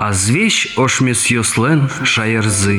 Азвещ ошмес йослен шаярзы.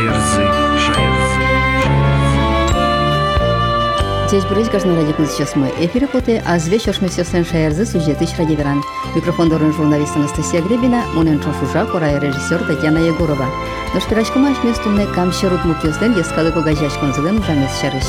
Здесь брызг каждый ради сейчас мы. Эфир поте, а звещ ошмес йослен шаярзы сюжеты ради. Микрофон дорожный журналист Анастасия Гребина, моненчо шужа, кора режиссер Татьяна Егорова. Но шпирачку маш месту мне камщерут мутьослен, ескалы когажач конзелен ужамес шарыш.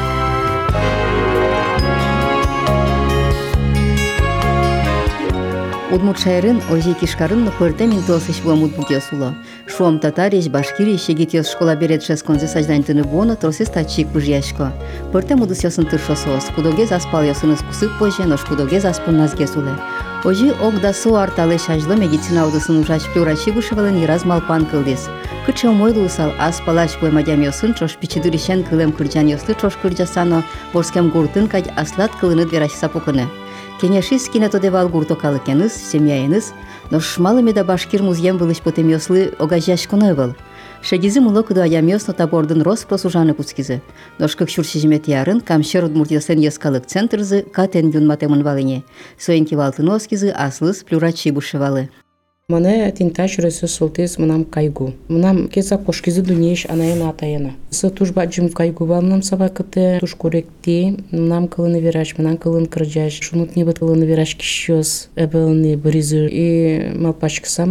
Удмурт шайрын, ожи кишкарын, пырте минтосыш буамут букесуло. Шуам татариш, башкириш, егитьос школа берет шесконзе саждантыны буоно, тросес тачик бужьяшко. Пырте мудус ясын тыршосос, кудоге заспал ясын искусы позже, но шкудоге заспал назгесуле. Ожи огдасу арталы шажло медицина удысын ужач плюрачи бушевалы не раз малпан кылдес. Кыча умойлы усал, ас палач буемадям ясын, чош пичидырищен кылем кырджан яслы чош кырджасано, борскем гуртын кать аслат кылыны дверач сапукыны. Кенешис кинетодевал гуртокалыкеныз, семьяеныз, но шмалыми да башкир музьем былыш потем яслы огажяшкуны был. Шегизы муло куду аямёсно табордын роспрос ужаны куцкизы. Ношкык шуршижимет ярын, камшер удмуртиясын яскалык центрзы, катен юн матемын валыне. Соенки валтын оскизы, аслыс плюрачи бушевалы. Мане тинташ ресо солтес манам кайгу. Манам кеза кошкизы дунеш анаена атаена. Са тужба джим кайгу валнам сабакате туш корректи. Манам кылыны вирач, манам кылын кырджаш. Шунут небет кылыны вирач кишёс. Эбелни бризы и малпачкаса,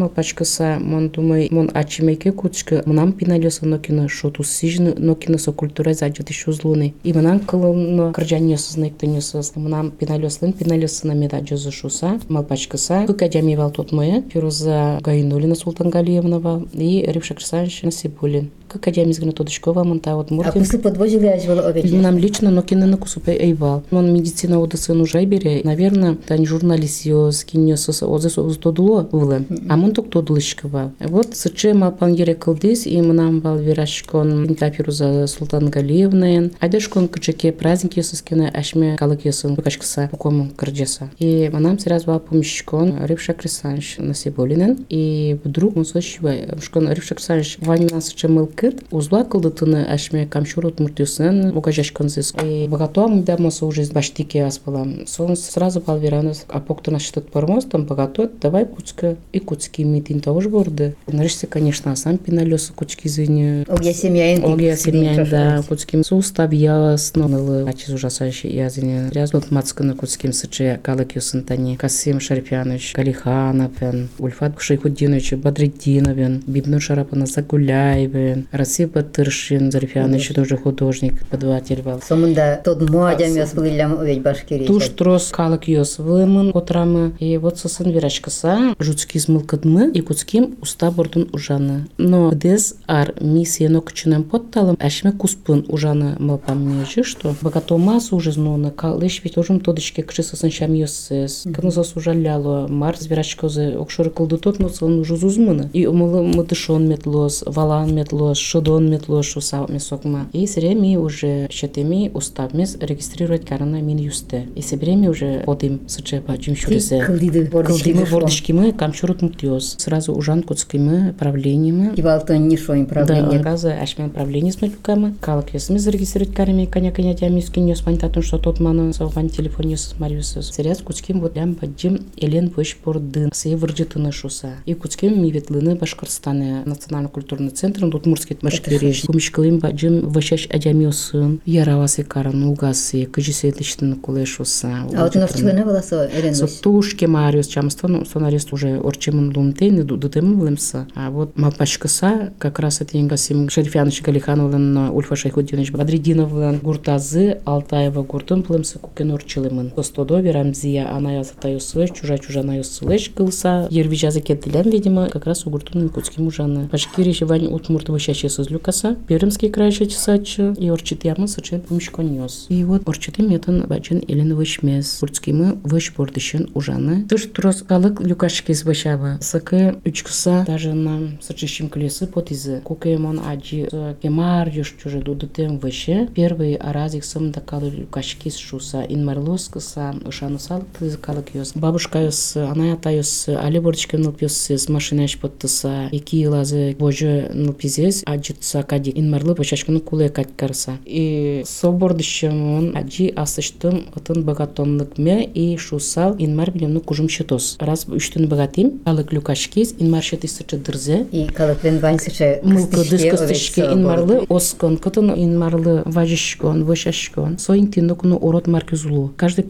мон думай, мон ачимейке кучка. Манам пиналёса нокина шоту сижны, нокина со культурой заджаты шузлуны. И манам кылыны кырджанёсыз нектенёсыз. Манам пиналёсын на меда джозы шуса, малпачкаса. Кыкадями вал тот моя, за Гайнулина Султангалиевнова и Рыбшак Рсанович Насибулин. Как адямизгна тодышкова, монта вот муртин. А кусы подвозили ажвала овечки? Нам лично, но кино кусупе эйвал. Он медицина удасы нужай бере. Наверное, тань журналист ёс кинёс озес тодуло вуле. А мон ток тодулышкова. Вот сычема пангере кылдыс и нам бал вирашкон инкапируза Султангалиевна. Айдашкон кычеке праздник ёсыскене ашме калык ёсын букашкаса уком кырджеса. И нам сразу бал помещикон Рыбшак Рсанович Насибулин. И вдруг он слышит, что Рыбшак Рсанович ванина сычемыл узла кылдытыны ашме камшурут муртюсын угажашканзыс. И богатуам да маса уже баштики аспалам. Сон сразу палверанус апоктана штат пармоз там богату давай куцка и куцки митин тоже борды. Нарышся, конечно, сам пиналёсы кучки зыни. Огя семьяин да куцким сустав яс нонылы ачиз ужасающий языни. Рязот мацканы куцким сыче калык юсынтани Касым Шарипянович Калихановен Ульфат Шейхуддинович Бадриддиновен Бибнур Шарапана Загуляевен Расип Батыршин Зарифянович тоже художник, подватель был. Сомында тот муадям яс вылилям овеч башкири. Туш трос калык ёс вымын котрамы. И вот сосын вирашкаса жуцкиз мылкыдмы и куцким уста бордун ужаны. Но дез ар миссия нокчынам подталым ашме куспын ужаны мылпамнежи, что богатомас уже знона калыш ведь тоже тодышке кши сосын шам ёссес. Кынызас ужаляло марс вирашкозы окшоры кылды тот ноцын уже зузмыны. И умылы мытышон метлос, валан метлос, шодон метлос, шуса месокма. И среми уже щетеми уставмес регистрировать карана мин юсте. И среми уже подим сычепа чимшуризе. Кылдыды бордышкимы камчурут мутьёс. Сразу ужан куцкимы правлениями. И валтон нишоим правление. Да, газа ашмен правление с мельками. Калак ясми зарегистрировать карами коня тямискин ёс пантатун, что тот мана салван телефон ёс мариусос. Сряз куцким вот лям баджим элен вэш пордын. Сей вырджитыны шуса. И куцким миветлыны Башкортостане национально-культурный центр Удмуртский Башкирия. Кумишкалым баджим ващаш адямиосын. Яравасы каран угасы. Кыжисетичтыны кулешуса. А вот норчылыны волосо элен вэш. Сотушке мариус чамстан сон арест уже орчемын лумтейны дудытымы влымса. А вот мапашкаса как раз это Ингасим Шарифянович Галихановлен Ульфа Шайхуддинович Бадриддиновлен Гуртазы Алтаева Гуртун плымса кукен орчылымын. Костодо Рамзия Аная Затаюслыш чужа наёслыш кылса. Ервижазы кеттилен, видимо, как раз у Гуртун Микутским ужаны. Башкирия Вань Удмуртова щащесыз люкаса. Пермский край щачесачы и орчит ямы сычен помещконёс. И вот орчитым метан баджин элен вышмес. Курцкимы выш бордышын ужаны. Тыш трос калык люкашкиз вышава. Сакы учкса даже нам сычищим клесы потизы. Кукемон аджи кемар юш чуже дудытым выше. Первый аразик сам дакалы люкашкиз шуса. Инмарлос кыса ушанусал тыз калык ёс. Бабушка ёс, она ята ёс, али бордышкин нылпиосыз машинаш поттыса, 2 йылазы божы нылпизез, аджытса кади инмарлы башашкыны куле каткарса. И собордышымын аджи асыштым ытын богатонлык ме и шусал инмар билемны кужым щетос. Раз үштүн богатим, алык люкашкиз, инмар щетис сычы дырзе. И калыклен вань сычы Мылкы дыскыстышке инмарлы оскон, кытын инмарлы важышкон, вышашкон. Соин тинокуну орот маркизулу. Каждый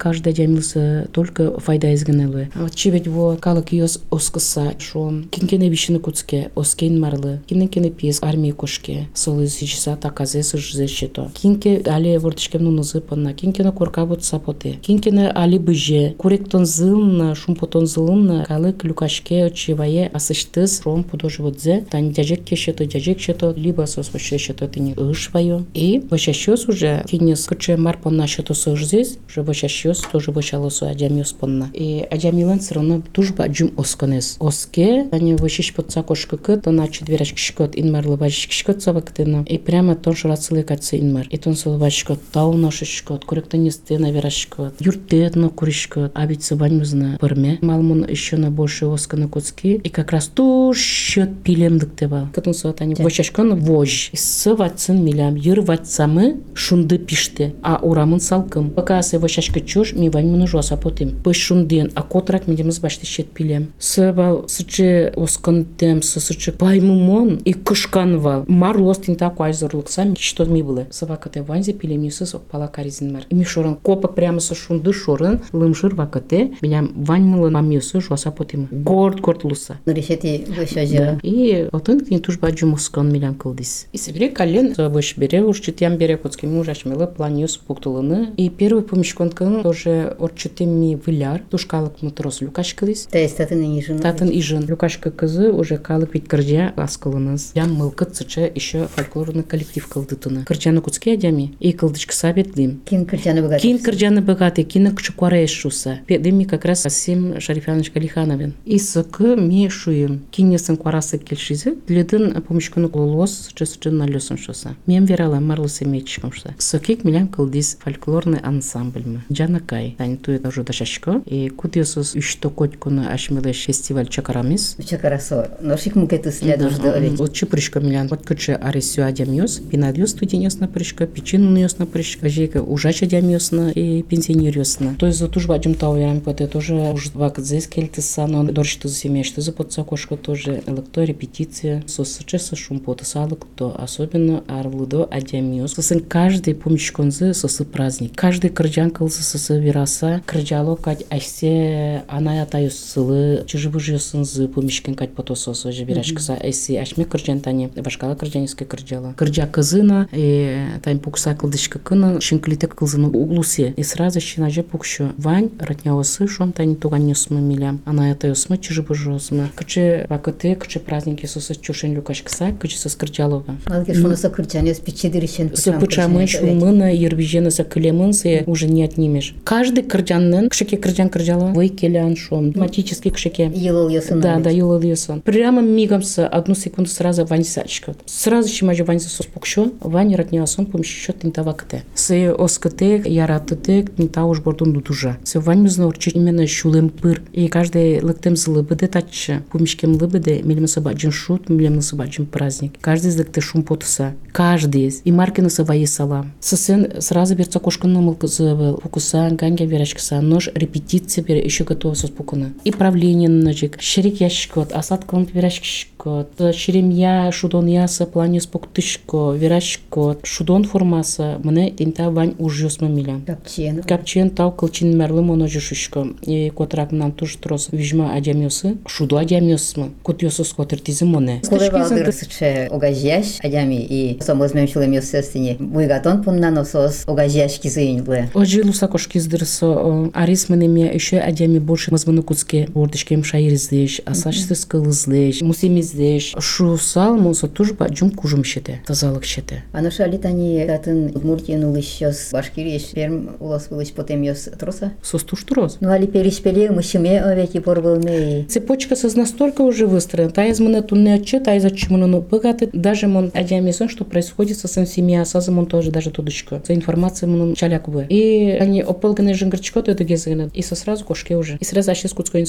jamilsa только файда изгнелы. Вот чивет во калык йос оскыса, шо кинкене вишины куцке, оскейн марлы, кинкене пиес армии кошке, солы сичса таказе сыжзе щето. Кинке али вортышкем нунызы панна, кинкене корка вот сапоте. Кинкене али быже, куректон зылна, шумпотон зылна, калык люкашке чивае асыштыз, ром пудожи водзе, тань дяжек щето, либо сос вообще щето ты не ышваю. И вощащёс уже кинес кыче марпонна щето сыжзез, уже вощащёс тоже вощалосу адямиос понна. И адямилан все равно тужба аджум осконес. Оске, они вощищ подца кошкыкы, то начи дверашкишкот инмарлы важишкишкот савактына. И прямо тон шрацылы катсы инмар. И тон сылвашкот, тауношишкот, корректонисты наверашкот, юртетно куришкот, абитсы ваньмызна пырме. Малмон еще на больше осканы коцки. И как раз то счет пилемдык тебал. Катун сават они вощашкон вож. И сыватсын милям, юр ватсамы шунды пиште, а урамын салкым. Пока се вощашка чуш, ми ваньмыны жоса потым. Пыш шунден, а котрак медемыз башты щет пилем. Сывал сычы оскантем, сычы паймымон и кышканвал. Мар лостин таку айзорлыкса, что ми было. Сывакате ванзе пилем юсыз пала каризинмар. И ми шорын копа прямо со шунды шорын, лымшыр вакате, меня ваньмылы мамиосы жоса потым. Горд луса. Решети вышажа. И отын кин тужба джумускан милям кылдис. И севре кален выш бере, уж читям бере коцки мужаш милы планиус пуктулыны. И первый помещконкан тоже орчитеми виляр, тушкалык матрос люкашкалис. То есть татын ижин. Татын ижин. Люкашка кызы уже калык ведь кырджа аскалыныз. Ям мылкыт сыча еще фольклорный коллектив кылдытыны. Кырджаны куцки адями и кылдычка сабетлим. Кин кырджаны богатый. Кин кырджаны богатый, кин кшукуаре шуса. Педеми как раз Асим Шарифянович Калихановин. И сыкы ми шуем. Кинесен кварасы кельшизе. Гледын помещкону лос чесчен налёсын шуса. Мем верала марлысы мечком шуса. Сыкик милям кылдис фольклорный ансамбль. Джанакай. Тань тует уже дашашко. И кудиосус üşто котькуны ашмилеш фестиваль чакарамис. Чакарасо. Ношик мукету следужды олень. Вот чупрышко милян. Вот кычы арисю адямиос. Пинадиос студенёсна прышка. Печинныёсна прышка. Жейка ужач адямиосна и пенсионерёсна. То есть за тужба аджумтау ярам поте тоже уж вакдзес кельтыса. Но доршты за семьяшты за подсакошко тоже. Электро репетиция. Сосычеса шумпота салык. То особенно арлыдо адямиос. Сосын каждый помещконзы сосы праздник. Каждый кырджан кылзы сосы вираса. Кырджало кать айсе аная таюсылы. Чужибыжёсынзы помещкен кать потососо жебирашкаса. Айсе ашме кырджан тани. Вашкала кырджаниская кырджала. Кырджа кызына и тань пукса кылдышка кына. Шинклитек кылзыны углусе. И сразу щенаже пукшу. Вань ратнявосы шон тани туганёсмы милям. Аная таюсмы чужибыжёсмы. Кычы вакыты, кычы праздники сосы чушен люкашкаса. Кычы сос кырджалова. Алги шунуса кырджанёс пичедиришен пучам. Пучамын шумына ербиженысы клемынсы уже не отнимешь. Каждый кырджаннын кшеке кырджан кырджала. Вы келян шон. Тематически кшеке. Йылыл йосын. Да, йылыл йосын. Прямо мигомся одну секунду сразу Вань сачкот. Сразу чимажу Вань сос пукшо. Вань ратнясон помощь счет не тавакте. Се оскате яратыте не та уж бордун дудужа. Се Вань мызна урчить именно шулем пыр. И каждый лыктем злыбыде тача. Помещкем лыбыде милем собаджин шут, милем собаджин праздник. Каждый злыкте шум потуса. Каждый из. И маркина саваи салам. Сосен сразу берца кошкану мылкызы пукуса, ганга верачкаса. Нож репетиция бере еще готова соспукана. И правление ножик. Шерик ящикот, асад калант верачкот. Шеремья, шудон яса, планис пуктышко, верачкот. Шудон формаса. Мне тинта Вань ужёсмы милям. Капчен. Капчен тау кылчин мерлым оно жушишко. И котрак нам туж трос вижма адямёсы. Шуду адямёсмы. Кот ёсос котертизм моне. Коле валдыр сыче огажяш адями и сомыз мемчулем ёсестине. Буйгатон пунна носос огажяш кизыйнлы. Ожилу сакошки здырсо. Арис менеме еще адями больше мазмыны куцке. Бордышкем шайрыздеш, асашты скылыздеш, мусимиздеш. Шу сал монсо тужба джум кужум щете. Тазалык щете. Аноша алитани татын Удмуртиен улыщёс Башкириш перм улас вылыш потем ёс троса. Состуш трос. Ну али перешпеле мышыме овеки порвылны. Цепочка соз настолько уже выстроена. Та из мене тут не отчет, та из отчимону богаты. Даже мон адями сон, что происходит со своим семья, сазом он тоже даже тудочку. За информацией мон чаляк бы. И они опылганные жингрчко, то это гезганы. И со сразу кошки уже. И сразу ащи скутскоинцы жингриан.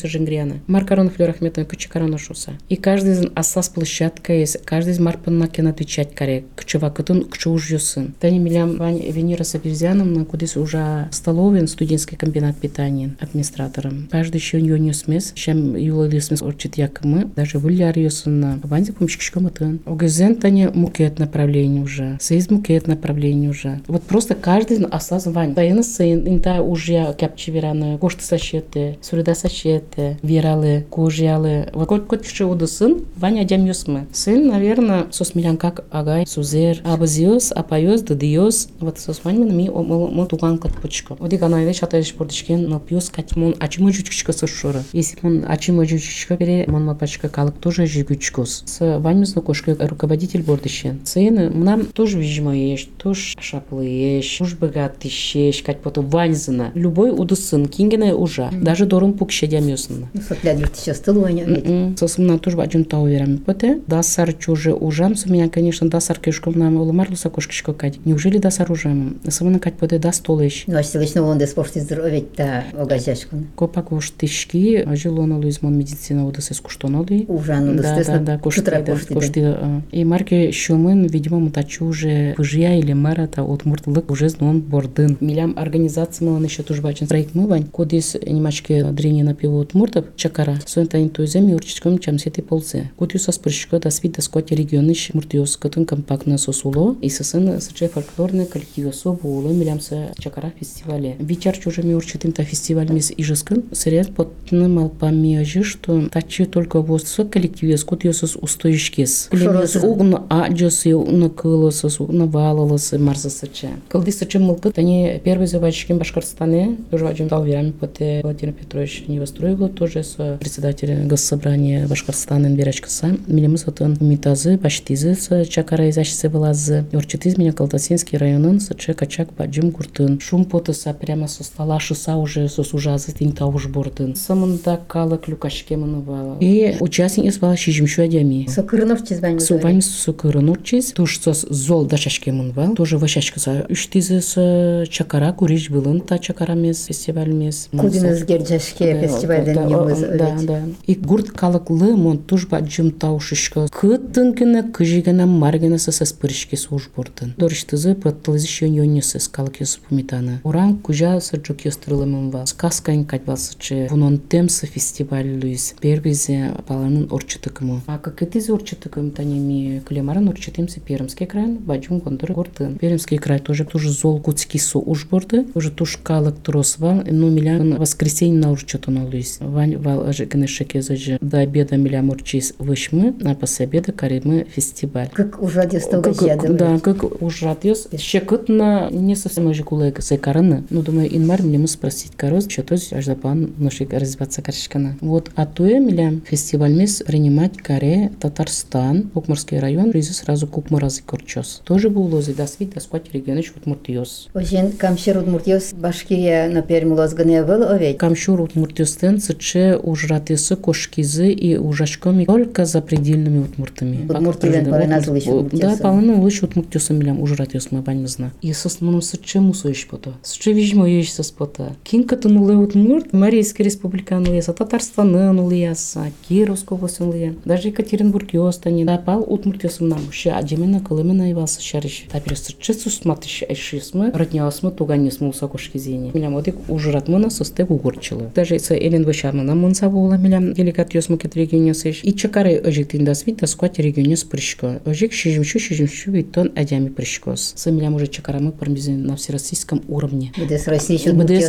миляны. Маркаронов Лерахметовна Кучакарона шуса. И каждый из ассас площадка есть, каждый из марпанна кен отвечать каре. Кчева кытын, кчу уж юсын. Тани милям Вань Венера Сапирзяновна, кудис уже столовин, студенческий комбинат питания администратором. Каждый еще у нее смес, чем юлали смес орчит якомы, даже выляр юсын. Вань помощником это. Огезен тани мукет направление уже. Сейз мукет направление уже. Вот просто каждый ассас Вань. Тайна сын, инта уже капчи вераны, кошты сачеты, суреда сачеты, вералы, кожиалы. Вот кот еще удусын, Ваня адям юсмы. Сын, наверное, сос милян как агай, сузер, абазиос, апайос, дадиос. Вот сос Ваня ми мы туган кот почко. Вот и гана идешь, а то идешь пордичкен, но пьёс катимон, ачимо жучкичко сошора. Если он ачимо жучкичко бере, мон мапачка калык тоже жучкичкос. С Ваню кошкой руководитель бордищен. Сын, нам тоже видимо есть, тоже шаплы есть, уж богатый есть, кать потом Ваньзана. Любой удусын, кингене уже, даже дором пукще дямёсна. Сотлядыр сейчас тылуаня. Сос мна тоже бачун тау верам поте. Дасар чуже ужам, с меня, конечно, дасар кешком нам уламарлуса кошкичко кать. Неужели дасар ужам? Самана кать поте да столыш. Ну, а селочно он да спорт здоровье та огажашку. Копа коштишки, жилона луизмон медицина удасес куштоноли. Ужану да кошти. И марки шумын, видимо, мутачу уже выжия или марата от муртлык уже знон бордын. Милям организация мала еще тоже бачун. Проект мывань, кодис немачки дрени на пиво от муртов, чакара. Суэнта интуизем и урчичком чем сети ползе. Кодю соспрышко да свит да скоти регионыш муртиос катун компактно сосуло. И сосын сычай фольклорный коллектив особо уло милямса чакара фестивале. Вечер чужими урчитым та фестиваль мис ижескан. Сырят потны малпами ажи, что тачи только воз со коллективе скот ёсос устоишкес. Клемес угн аджосы на кылосос на валалосы марсасыча. Калды сычы мылкы тани первый заводчиком Башкортостане тоже вадим дал верами поте Владимир Петрович Невостроевый тоже с председателем госсобрания Башкортостана Берачкаса. Милимы сотон митазы баштизы с чакара изащисы вылазы. Урчитиз меня Калтасинский районын сычы качак баджим куртын. Шум потыса прямо со стола шуса уже сос ужазы тинта уж бордын. Самында кала клюкашке манывала. И участник испала шижимшу адями. Сокырынов чизвань. Сувань сокырынов чиз. Туж сос зол дашашке манывал. Тоже вашашкаса. Үштизы с чакара куриш былын та чакарамез фестивальмез. Кудиныз герджашке фестивальден немыз овет. Да. И гурт калыклы мон туж баджим таушишко. Кыттын кына кыжигана маргана сосас пырышке суж бордын. Дорыштызы проттылызы шön йоннесыз калык ёсып умитаны. Уран кужа сырджук ёстырылымын ва. Сказкань катьбасычы. Вунон темсы фестиваль луиз. Первизе паланын орчытыкымы. А как этизе орчытыкым танеми клемарын орчытымсы Пермский край, баджим гондыры гуртын. Пермский край тоже зол гуцки су уж борды. Уже туж калык тросвал. Ну милян воскресенье на урчытын луиз. Вань вал ажы гынышеке зажы. До обеда милям урчиз вышмы, а после обеда каримы фестиваль. Как ужадьёс тогда. Да, как ужадьёс. Щекытна не совсем уже кулайка сайкараны. Ну думаю, инмар мне мы спросить корос, что то есть аж запан ношик развиваться каршкана. Вот а туе милям фестиваль мис принимать каре Татарстан, Кукмарский район, призы сразу Кукмаразы корчос. Тоже был лозы да свит да спать регионыч Удмуртиос. Ожен камшер Удмуртиос Башкирия на Перми лозгане был овет. Камшур Удмуртиостен сыче ужратысы кошкизы и ужашками только за предельными удмуртами. Удмуртиен паленазлыш Удмуртиос. Да, палены лыш Удмуртиосом милям ужратиос мы баньмызна. И сосманом сыче мусоиш пото. Сыче вижмо еш соспота. Кинкатын улы Удмурт, Марийский республикан улыяса, Татарстанын улыяса, Кировского областын улыя. Даже Екатеринбург ёстани. Да, пал Удмуртиосом нам. Ще аджемена кылымена ивался шарыш. Тапер сыче сусматыш айшисмы, роднявасмы туганесмы уса кошкизени. Милям одик ужратмына состек угорчылы. Даже це элен вышармына мынса була милям делегат ёсмы кет регионесеш. И чакары ожиктин да свит да сквать регионес прышко. Ожик шижимшу витон адями прышкос. С милям уже чакарамы пармизин на всероссийском уровне. БДС России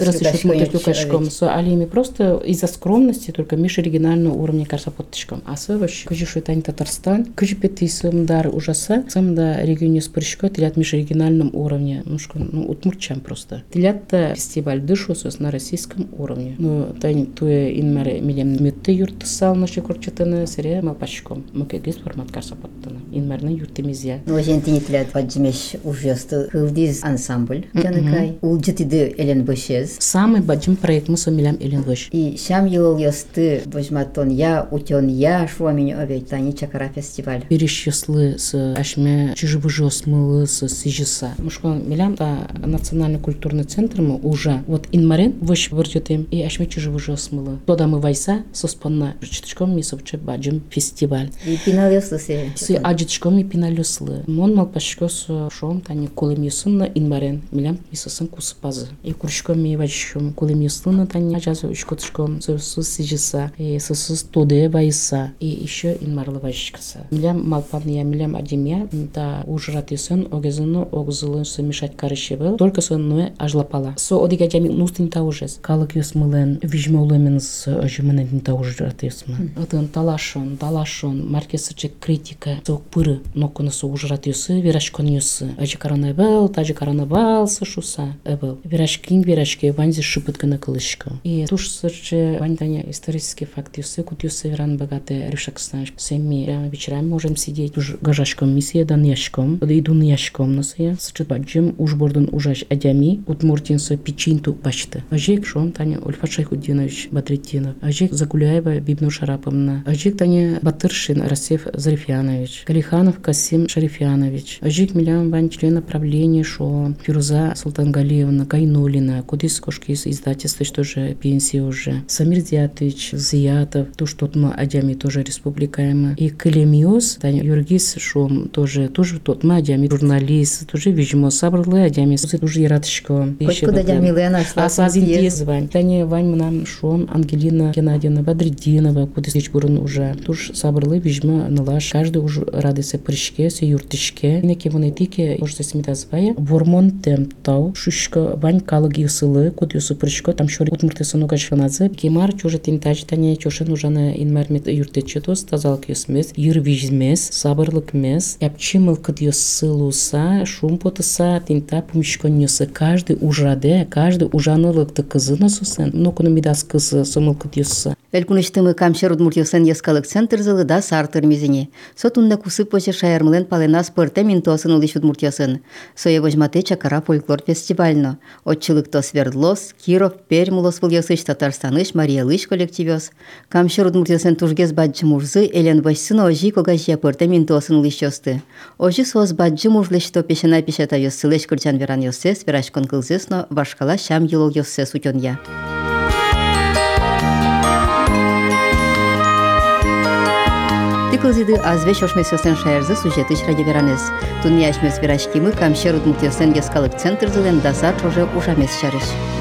Удмуртиос с алиями просто из-за скромности только межрегионального уровня кажется подтышком. А с вообще кыжи шуйтань Татарстан, кыжи пети сымдар ужаса, сам да регионес прышко тилят межрегиональном уровне. Ну удмуртчан просто. Тилят фестиваль дышусос на российском уровне. Ну тань туе инмаре милем метте юртсал наши корчатаны серия малпачком. Мукегис формат кажется подтаны. Инмарны юртемизия. Ну ожен тинетлят паджимеш ужёсты хылдиз ансамбль. Жаныкай. Ул житиды элен бышез. Самый баджим проект мы с милям элен выш. И шам йыл ёсты божматон я, утён я, шуамень овет тани чакара фестиваль. Перещеслы с ашме чижибыжосмылы с сижиса. Мушкон милям да национальный культурный центр мы уже вот инмарен выш выртютым и ашме чижибыжосмылы. Тода мы вайса соспонна читочком ми совче баджим фестиваль. И пиналёсы се. Сы аджичком ми пиналёслы. Мон малпашкос шом тани колем юсынна инбарен милям мисысын кусыпазы. И курчком ми вачком колем юсынна тани ажазы учкотчком сыс сижиса, сыс тоде вайса и еще инмарлы вачкаса. Милям малпанья, милям адемья, та ужрат юсын огезыну огзылы мешать карышы был. Только сон ное ажлапала. Со одига жами нустин таужес. Калык юсмылен вижмолеменс ожименен таужрат юсмы. Атын талашон, маркесычек критика. Сок пыры нокунысы ужрат юсы, верашкон юсы. Ажи каранабал, сашуса эбел. Верашке ванзи шипыткана кылышка. И туш сырче ваньтаня исторический факт юсы, кут юсы веран богатые рюшакстан. Семи вечерами можем сидеть уж гажашком миссия дан яшком, идун яшком насыя. Сычет баджим уж бордун ужаш адями, утмуртинса печинту башты. Ажек шон таня Ульфат Шайхутдинович Бадриддинов. Ажек Загуляева Бибну Шараповна. Ажек таня Батыршин Расеф Зарифянович. Галиханов Касим Шарифянович. Ажек милям вань члена правления шо Фируза Султангалиевна Кайнулина. Кудис кошкис издательство, что же пенсия уже. Самир Зиатович Зиятов. То, что мы адями тоже республикаемы. И Калемиос таня Юргис шо тоже тот мы адями журналист. Тоже видимо сабрлы адями. Тоже яратышко. Куда адями лена звань. Таня вань нам шон Ангелина Геннадьевна Бадриддинова. Кудис речь бурун уже. Тоже сабрлы видимо налаш. Каждый уже радуется прыжке, се юртышке. Неки вон этики может смета звая. Вормон темтау. Шушка вань калык юсылы. Куд юсы прыжко. Там шори утмуртесы нугаш фаназы. Кемар чуже тимтач таня чошен ужана инмармет юртечетос. Тазалк юсмес. Юрвижмес. Сабрлык мес. Япчимыл кыд юсылуса. Шум потыса. Тинта пумишкон юсы. Каждый ужраде. Каждый ужанылыкты кызына сусын. Нокуну мидас кызы сомыл кыд юсы. Элькуныштымы камчер удмуртюсын ескалык центр зылы да сартыр мизини. Сотунна кусып поче шаярмылен палена спорте минтосын улыш удмуртюсын. Соя вожмате чакара фольклор фестивально. Отчылыкто Свердловск, Киров, Пермь улос выльёсыш, Татарстаныш, Мария-Лыш коллективёс. Камчер удмуртюсын тужгез баджы мужзы элен вожсын ожи когажья порте минтосын улыш ёсты. Ожи сос баджы мужлышто пешена пешета ёссылыш кырчан веран ёссес, верашкон кылзысно, вашкала шам йылол ёссес утёнья. Тыкылзиды азвеш ошмесёсен шаярзы сюжетыш радиоверанез. Тунняшмес верашкимы камчер удмуртюсын ескалык центр зылен дасар чоже ужамес чарыш.